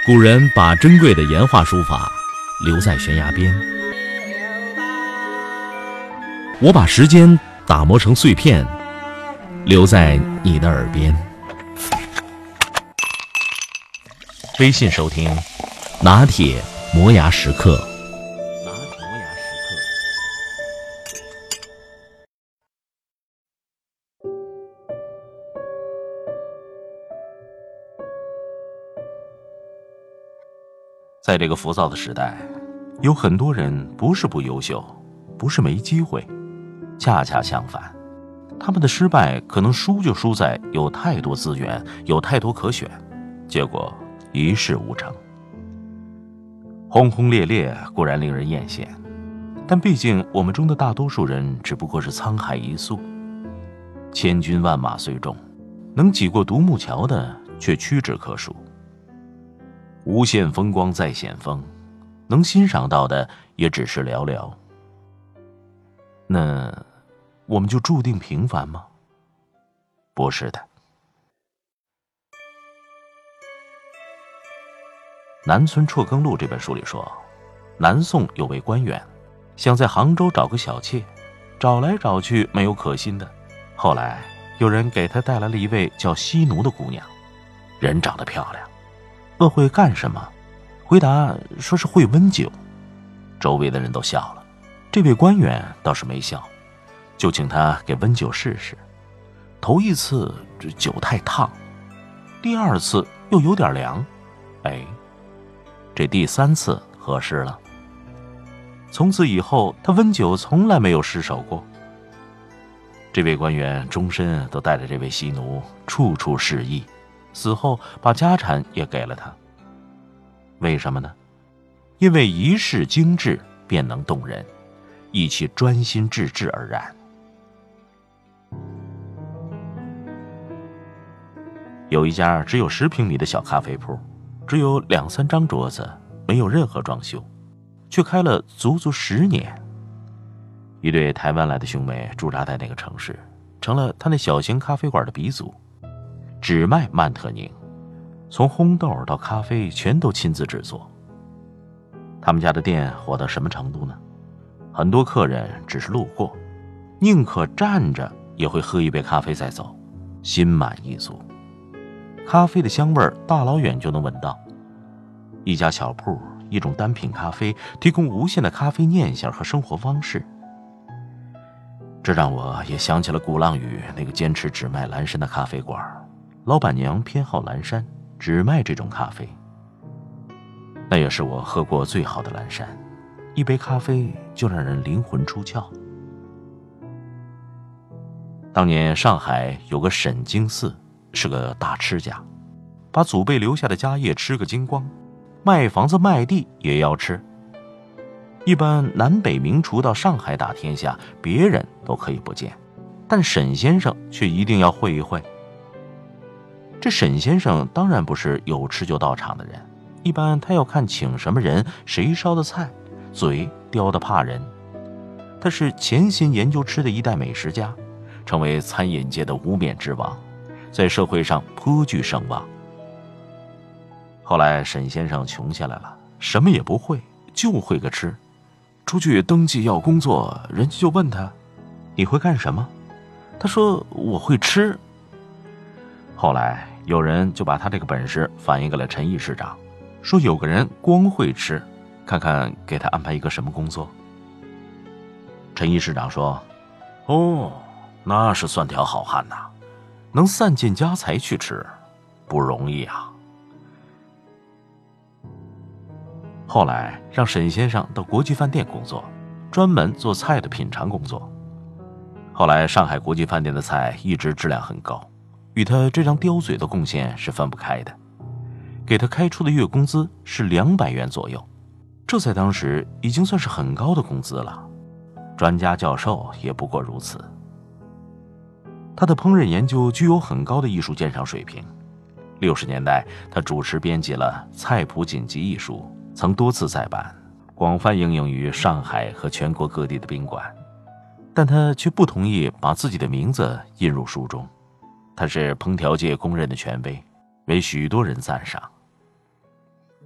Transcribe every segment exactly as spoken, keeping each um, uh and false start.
古人把珍贵的岩画书法留在悬崖边，我把时间打磨成碎片，留在你的耳边。微信收听拿铁磨牙时刻。拿铁磨牙时刻。在这个浮躁的时代，有很多人不是不优秀，不是没机会，恰恰相反，他们的失败可能输就输在有太多资源，有太多可选，结果一事无成。轰轰烈烈固然令人艳羡，但毕竟我们中的大多数人只不过是沧海一粟，千军万马虽众，能挤过独木桥的却屈指可数。无限风光在险峰，能欣赏到的也只是寥寥。那我们就注定平凡吗？不是的。南村辍耕录这本书里说，南宋有位官员想在杭州找个小妾，找来找去没有可心的，后来有人给他带来了一位叫西奴的姑娘，人长得漂亮，问会干什么，回答说是会温酒。周围的人都笑了，这位官员倒是没笑，就请他给温酒试试。头一次这酒太烫，第二次又有点凉，哎，这第三次合适了。从此以后，他温酒从来没有失手过。这位官员终身都带着这位西奴处处示意，死后把家产也给了他。为什么呢？因为一世精致便能动人，以其专心致志而然。有一家只有十平米的小咖啡铺，只有两三张桌子，没有任何装修，却开了足足十年。一对台湾来的兄妹驻扎在那个城市，成了他那小型咖啡馆的鼻祖，只卖曼特宁，从烘豆到咖啡全都亲自制作。他们家的店火到什么程度呢？很多客人只是路过，宁可站着也会喝一杯咖啡再走，心满意足。咖啡的香味大老远就能闻到。一家小铺，一种单品咖啡，提供无限的咖啡念想和生活方式。这让我也想起了鼓浪屿那个坚持只卖蓝山的咖啡馆，老板娘偏好蓝山，只卖这种咖啡。那也是我喝过最好的蓝山，一杯咖啡就让人灵魂出窍。当年上海有个沈经四，是个大吃家，把祖辈留下的家业吃个精光，卖房子卖地也要吃。一般南北名厨到上海打天下，别人都可以不见，但沈先生却一定要会一会。这沈先生当然不是有吃就到场的人，一般他要看请什么人，谁烧的菜，嘴刁得怕人。他是潜心研究吃的一代美食家，成为餐饮界的无冕之王，在社会上颇具声望。后来沈先生穷下来了，什么也不会，就会个吃。出去登记要工作，人家就问他，你会干什么？他说我会吃。后来有人就把他这个本事反映给了陈毅市长，说有个人光会吃，看看给他安排一个什么工作。陈毅市长说，哦，那是算条好汉呐，能散尽家财去吃，不容易啊。后来让沈先生到国际饭店工作，专门做菜的品尝工作。后来上海国际饭店的菜一直质量很高，与他这张刁嘴的贡献是分不开的。给他开出的月工资是两百元左右，这在当时已经算是很高的工资了，专家教授也不过如此。他的烹饪研究具有很高的艺术鉴赏水平。六十年代，他主持编辑了《菜谱锦集》一书，曾多次再版，广泛应用于上海和全国各地的宾馆。但他却不同意把自己的名字印入书中。他是烹调界公认的权威，为许多人赞赏。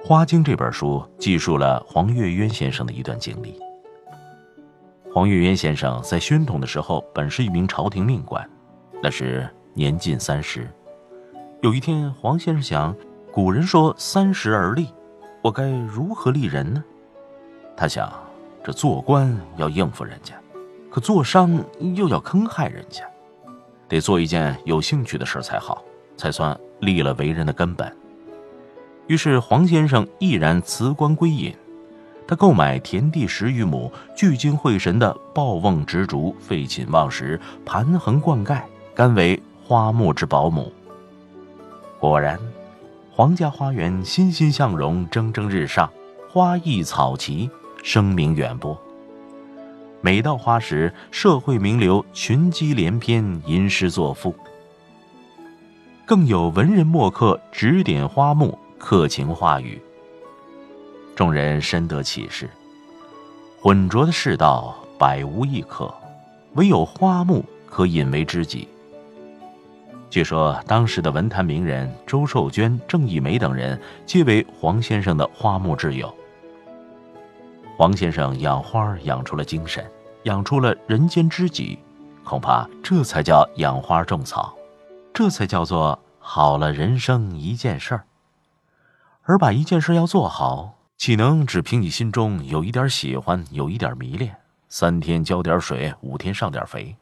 花经》这本书记述了黄月渊先生的一段经历。黄月渊先生在宣统的时候本是一名朝廷命官，那时年近三十。有一天，黄先生想，古人说三十而立，我该如何立人呢？他想，这做官要应付人家，可做商又要坑害人家，得做一件有兴趣的事才好，才算立了为人的根本。于是黄先生毅然辞官归隐，他购买田地十余亩，聚精会神地抱瓮植竹，废寝忘食，盘衡灌溉，甘为花木之保姆。果然，黄家花园欣欣向荣，蒸蒸日上，花异草齐，声名远播。每到花时，社会名流群集连篇，吟诗作赋，更有文人墨客指点花木，刻情画语。众人深得启示，浑浊的世道百无一可，唯有花木可引为知己。据说当时的文坛名人周寿娟、郑义梅等人皆为黄先生的花木挚友。黄先生养花养出了精神，养出了人间知己，恐怕这才叫养花种草，这才叫做好了人生一件事儿。而把一件事要做好，岂能只凭你心中有一点喜欢，有一点迷恋，三天浇点水，五天上点肥？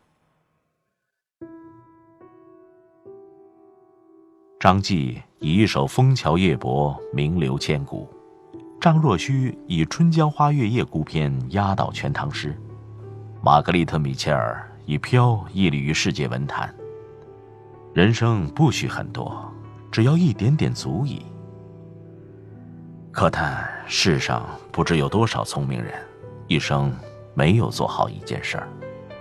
张继以一首《枫桥夜泊》名留千古，张若虚以《春江花月夜》孤篇压倒全唐诗，玛格丽特·米切尔以《飘》屹立于世界文坛。人生不需很多，只要一点点足矣。可叹世上不知有多少聪明人，一生没有做好一件事儿。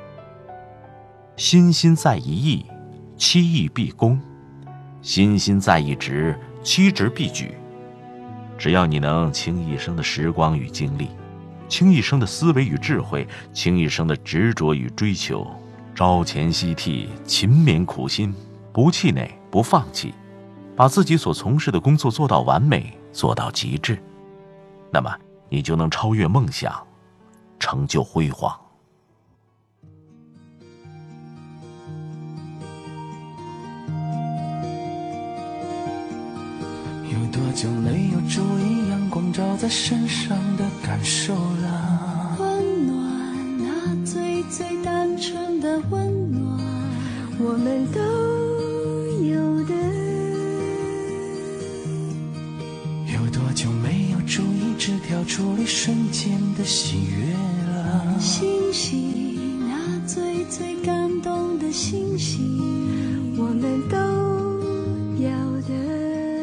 心心在一役，七役必功；心心在一职，七职必举。只要你能倾一生的时光与精力，倾一生的思维与智慧，倾一生的执着与追求，朝前夕替，勤勉苦心，不气馁，不放弃，把自己所从事的工作做到完美，做到极致，那么你就能超越梦想，成就辉煌。 有多久没有注意阳光照在身上的感受了？ 温暖，那最最单纯的温暖，我们都有的。 有多久没有注意纸条处理瞬间的喜悦了？ 星星，那最最感动的星星，我们都有的。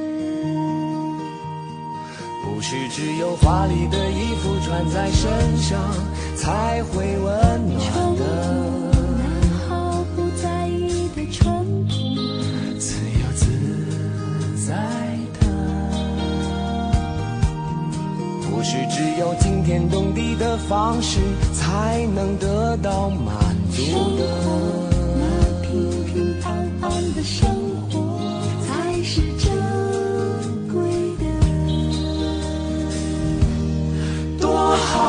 不是只有华丽的衣服穿在身上才会温暖的， 那毫不在意的纯真， 自由自在的。不是只有惊天动地的方式才能得到满足的， 那平平安安的生活才是珍贵的。 多好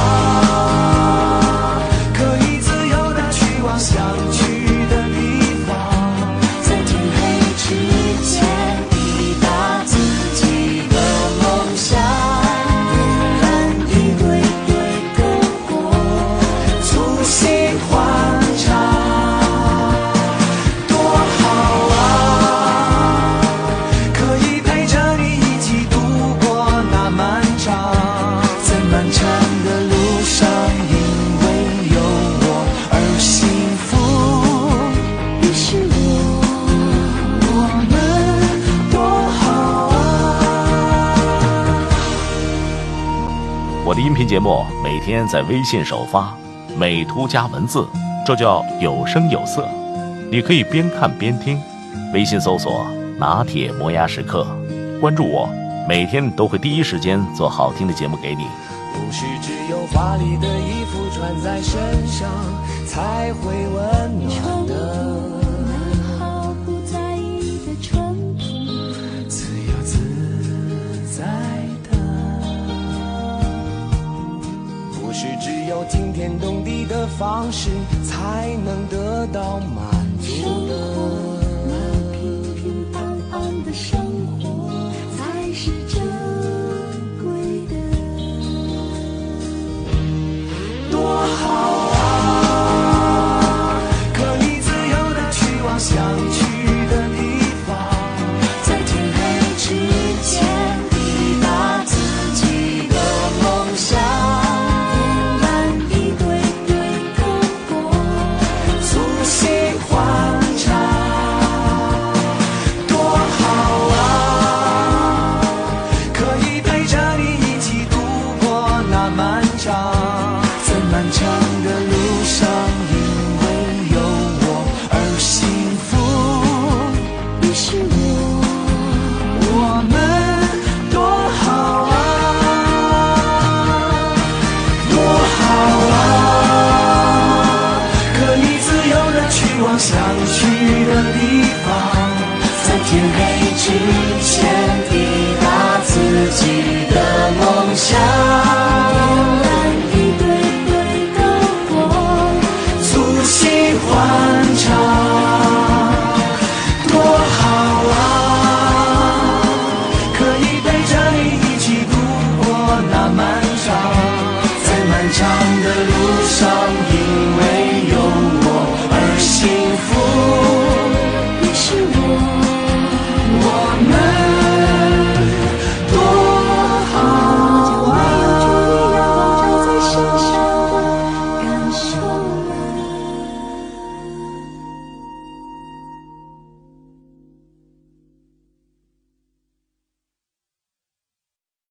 啊，可以自由地去往想去的地方， 在天黑之前抵达自己的梦想，点燃一堆堆篝火， 促膝欢唱。多好啊，可以陪着你一起度过那漫长漫长的路上，因为有我而幸福。 你是我， 我们多好啊！ 我的音频节目每天在微信首发，美图加文字，这叫有声有色。你可以边看边听，微信搜索拿铁磨牙时刻，关注我，每天都会第一时间做好听的节目给你。 不是只有华丽的衣服穿在身上才会温暖的， 那毫不在意的纯真， 自由自在的。 事才能得到满足的。 那平平安安的生活才是珍贵的。 多好啊，可以自由地去往想去的地方， 在天黑之前抵达自己的梦想，点燃一堆堆篝火， 促膝欢唱，多好啊，可以陪着你一起度过那漫长，在漫长的路上，因为有我而幸福。 你是我， 我们多好啊，多好啊，可以自由地去往想去的地方，在天黑之前